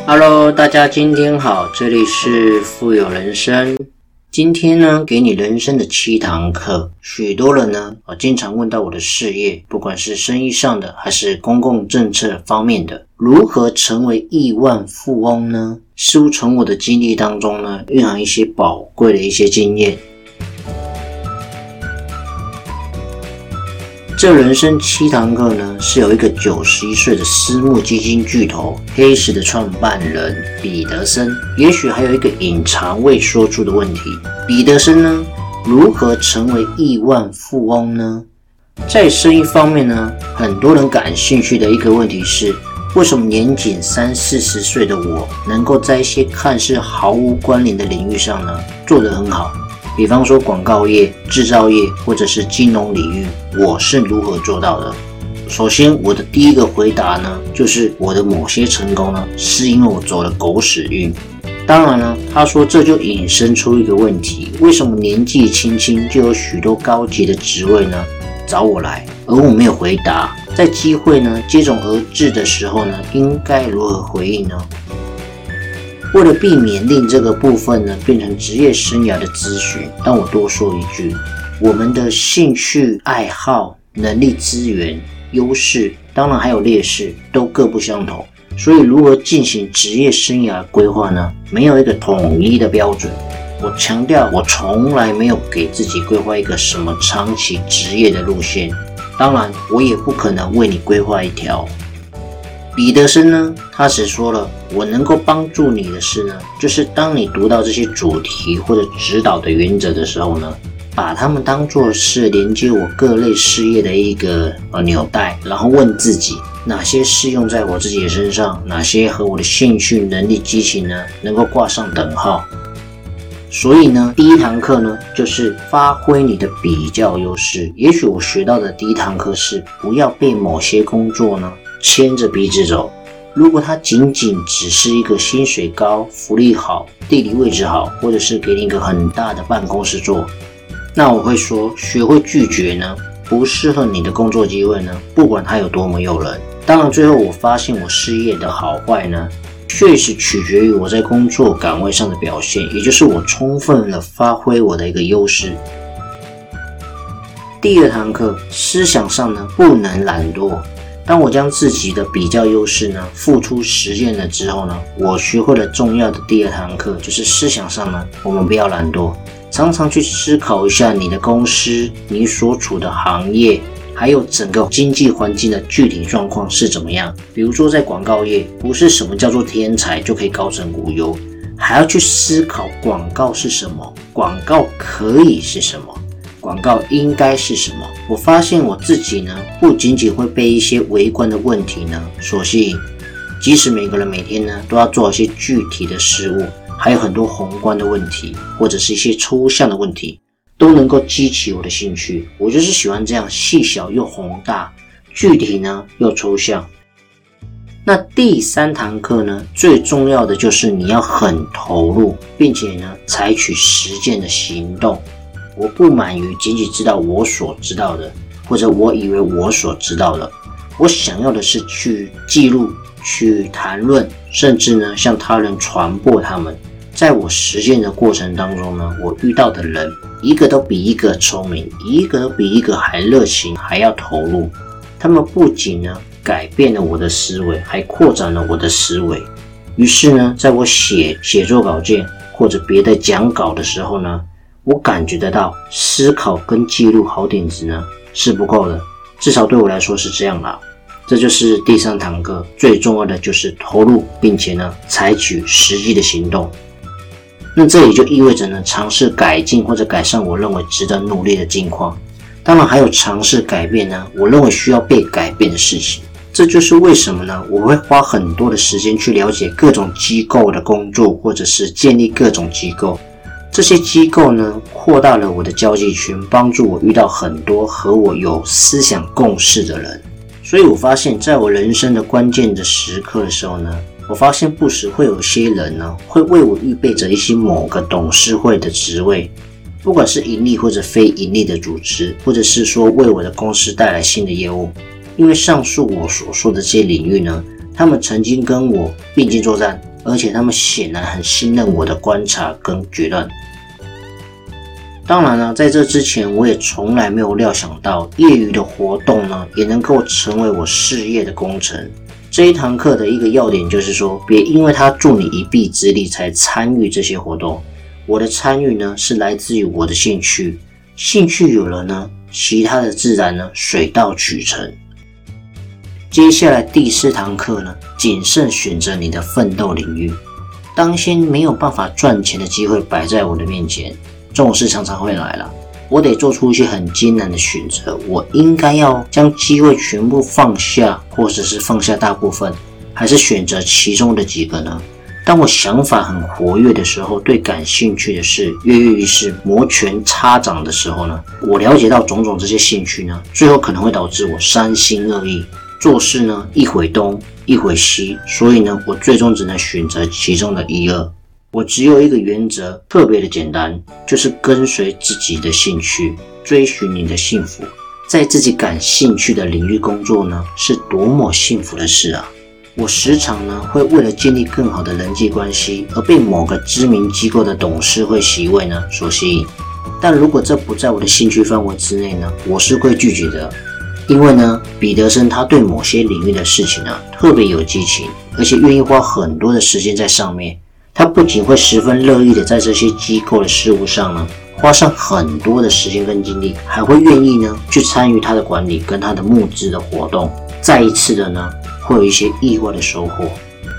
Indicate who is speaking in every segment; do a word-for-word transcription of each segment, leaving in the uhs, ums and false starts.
Speaker 1: Hello， 大家今天好，这里是富有人生。今天呢，给你人生的七堂课。许多人呢，啊，经常问到我的事业，不管是生意上的，还是公共政策方面的，如何成为亿万富翁呢？似乎从我的经历当中呢，蕴含一些宝贵的一些经验。这人生七堂课呢，是有一个九十一岁的私募基金巨头黑石的创办人彼得森，也许还有一个隐藏未说出的问题：彼得森呢，如何成为亿万富翁呢？在生意方面呢，很多人感兴趣的一个问题是，为什么年仅三四十岁的我，能够在一些看似毫无关联的领域上呢，做得很好？比方说广告业、制造业或者是金融领域，我是如何做到的？首先，我的第一个回答呢，就是我的某些成功呢，是因为我走了狗屎运。当然呢，他说这就引申出一个问题：为什么年纪轻轻就有许多高级的职位呢找我来，而我没有回答？在机会呢接踵而至的时候呢，应该如何回应呢？为了避免令这个部分呢变成职业生涯的咨询，让我多说一句：我们的兴趣、爱好、能力、资源、优势，当然还有劣势，都各不相同。所以，如何进行职业生涯规划呢？没有一个统一的标准。我强调，我从来没有给自己规划一个什么长期职业的路线，当然，我也不可能为你规划一条。彼得森呢，他只说了，我能够帮助你的事呢，就是当你读到这些主题或者指导的原则的时候呢，把它们当作是连接我各类事业的一个呃纽带，然后问自己哪些适用在我自己的身上，哪些和我的兴趣、能力、激情呢能够挂上等号。所以呢，第一堂课呢，就是发挥你的比较优势。也许我学到的第一堂课是，不要被某些工作呢牵着鼻子走。如果它仅仅只是一个薪水高、福利好、地理位置好，或者是给你一个很大的办公室做，那我会说，学会拒绝呢，不适合你的工作机会呢，不管它有多么诱人。当然，最后我发现我事业的好坏呢，确实取决于我在工作岗位上的表现，也就是我充分的发挥我的一个优势。第二堂课，思想上呢，不能懒惰。当我将自己的比较优势呢付出实践了之后呢，我学会了重要的第二堂课，就是思想上呢，我们不要懒惰，常常去思考一下你的公司、你所处的行业，还有整个经济环境的具体状况是怎么样。比如说在广告业，不是什么叫做天才就可以高枕无忧，还要去思考广告是什么，广告可以是什么，广告应该是什么。我发现我自己呢，不仅仅会被一些微观的问题呢所吸引，即使每个人每天呢都要做一些具体的事物，还有很多宏观的问题，或者是一些抽象的问题，都能够激起我的兴趣。我就是喜欢这样细小又宏大，具体呢又抽象。那第三堂课呢，最重要的就是你要很投入，并且呢采取实践的行动。我不满于仅仅知道我所知道的，或者我以为我所知道的，我想要的是去记录、去谈论，甚至呢向他人传播他们。在我实践的过程当中呢，我遇到的人一个都比一个聪明，一个都比一个还热情，还要投入。他们不仅呢改变了我的思维，还扩展了我的思维。于是呢，在我写写作稿件或者别的讲稿的时候呢，我感觉得到思考跟记录好点子呢是不够的，至少对我来说是这样啦。这就是第三堂课，最重要的就是投入，并且呢采取实际的行动。那这也就意味着呢，尝试改进或者改善我认为值得努力的境况。当然还有尝试改变呢，我认为需要被改变的事情。这就是为什么呢，我会花很多的时间去了解各种机构的工作，或者是建立各种机构。这些机构呢，扩大了我的交际圈，帮助我遇到很多和我有思想共识的人。所以我发现，在我人生的关键的时刻的时候呢，我发现不时会有些人呢，会为我预备着一些某个董事会的职位，不管是盈利或者非盈利的组织，或者是说为我的公司带来新的业务。因为上述我所说的这些领域呢，他们曾经跟我并肩作战， 而且他们显然很信任我的观察跟决断。当然了，在这之前我也从来没有料想到业余的活动呢也能够成为我事业的工程。这一堂课的一个要点就是说，别因为他助你一臂之力才参与这些活动。我的参与呢是来自于我的兴趣，兴趣有了呢，其他的自然呢水到渠成。接下来第四堂课呢，谨慎选择你的奋斗领域。当先没有办法赚钱的机会摆在我的面前，这种事常常会来了，我得做出一些很艰难的选择。我应该要将机会全部放下，或者是放下大部分，还是选择其中的几个呢？当我想法很活跃的时候，对感兴趣的事跃跃欲试，摩拳擦掌的时候呢，我了解到种种这些兴趣呢，最后可能会导致我三心二意，做事呢一会东一会西，所以呢我最终只能选择其中的一二。我只有一个原则，特别的简单，就是跟随自己的兴趣，追寻你的幸福。在自己感兴趣的领域工作呢，是多么幸福的事啊！我时常呢会为了建立更好的人际关系而被某个知名机构的董事会席位呢所吸引，但如果这不在我的兴趣范围之内呢，我是会拒绝的。因为呢，彼得森他对某些领域的事情啊特别有激情，而且愿意花很多的时间在上面。他不仅会十分乐意的在这些机构的事务上呢花上很多的时间跟精力，还会愿意呢去参与他的管理跟他的募资的活动。再一次的呢会有一些意外的收获。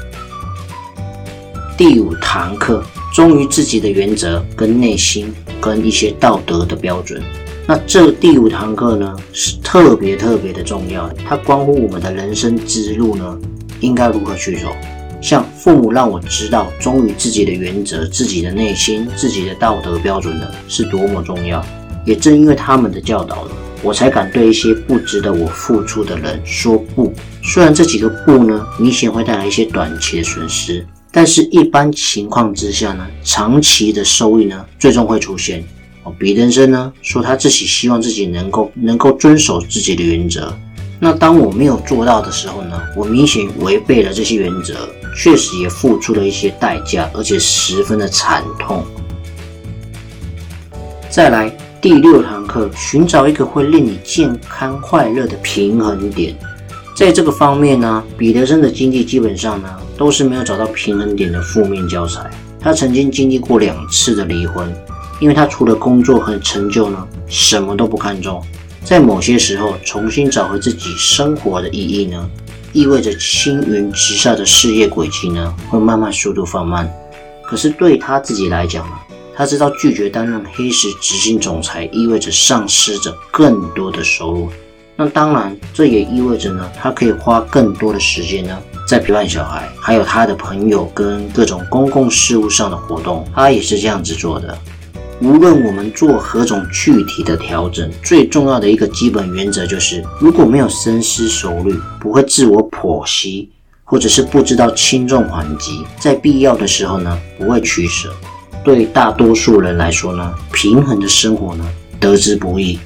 Speaker 1: 第五堂课，忠于自己的原则跟内心跟一些道德的标准。那这第五堂课呢是特别特别的重要，它关乎我们的人生之路呢应该如何去走。像父母让我知道忠于自己的原则、自己的内心、自己的道德标准呢是多么重要。也正因为他们的教导呢，我才敢对一些不值得我付出的人说不。虽然这几个不呢明显会带来一些短期的损失，但是一般情况之下呢，长期的收益呢最终会出现。彼得森呢说他自己希望自己能够能够遵守自己的原则。那当我没有做到的时候呢，我明显违背了这些原则，确实也付出了一些代价，而且十分的惨痛。再来第六堂课，寻找一个会令你健康快乐的平衡点。在这个方面呢，彼得森的经历基本上呢都是没有找到平衡点的负面教材。他曾经经历过两次的离婚，因为他除了工作和成就呢什么都不看重。在某些时候重新找回自己生活的意义呢，意味着青云直下的事业轨迹呢会慢慢速度放慢。可是对他自己来讲呢，他知道拒绝担任黑石执行总裁意味着丧失着更多的收入。那当然这也意味着呢，他可以花更多的时间呢在陪伴小孩，还有他的朋友跟各种公共事务上的活动，他也是这样子做的。无论我们做何种具体的调整，最重要的一个基本原则就是，如果没有深思熟虑，不会自我剖析，或者是不知道轻重缓急，在必要的时候呢不会取舍。对大多数人来说呢，平衡的生活呢得之不易。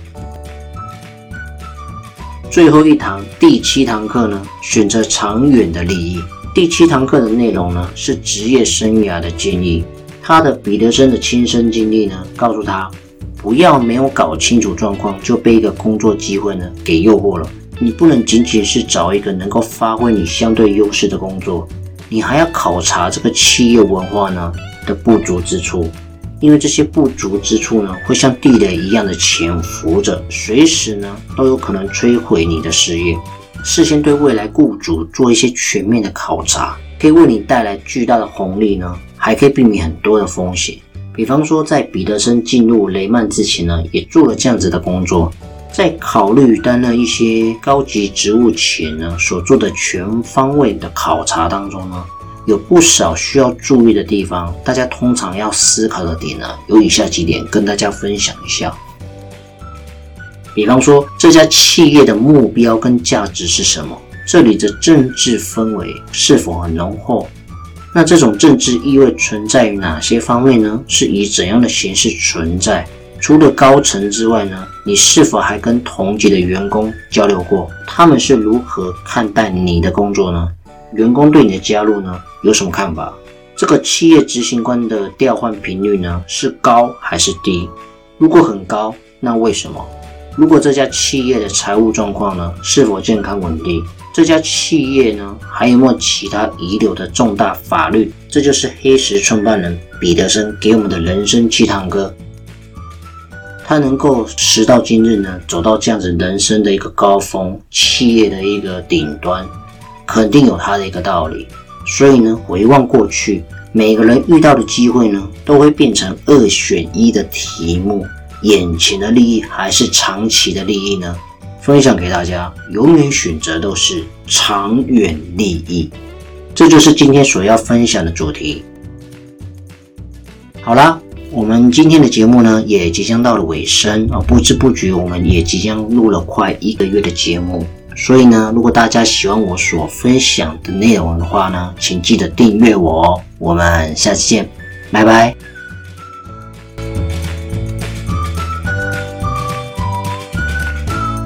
Speaker 1: 最后一堂第七堂课呢，选择长远的利益。第七堂课的内容呢是职业生涯的建议。他的彼得森的亲身经历呢，告诉他不要没有搞清楚状况就被一个工作机会呢给诱惑了。你不能仅仅是找一个能够发挥你相对优势的工作，你还要考察这个企业文化呢的不足之处，因为这些不足之处呢会像地雷一样的潜伏着，随时呢都有可能摧毁你的事业。事先对未来雇主做一些全面的考察，可以为你带来巨大的红利呢，还可以避免很多的风险。比方说在彼得森进入雷曼之前呢，也做了这样子的工作。在考虑担任一些高级职务前呢，所做的全方位的考察当中呢，有不少需要注意的地方。大家通常要思考的点呢，有以下几点跟大家分享一下。比方说这家企业的目标跟价值是什么，这里的政治氛围是否很浓厚，那这种政治意味存在于哪些方面呢？是以怎样的形式存在？除了高层之外呢，你是否还跟同级的员工交流过？他们是如何看待你的工作呢？员工对你的加入呢有什么看法？ 这个企业执行官的调换频率呢是高还是低？如果很高，那为什么？如果这家企业的财务状况呢是否健康稳定？这家企业呢还有没有其他遗留的重大法律？这就是黑石创办人彼得森给我们的人生鸡汤歌。他能够时到今日呢走到这样子人生的一个高峰，企业的一个顶端，肯定有他的一个道理。所以呢，回望过去，每个人遇到的机会呢都会变成二选一的题目，眼前的利益还是长期的利益呢？分享给大家，永远选择都是长远利益。这就是今天所要分享的主题。好啦，我们今天的节目呢也即将到了尾声啊，不知不觉我们也即将录了快一个月的节目。所以呢，如果大家喜欢我所分享的内容的话呢，请记得订阅我哦。我们下次见，拜拜。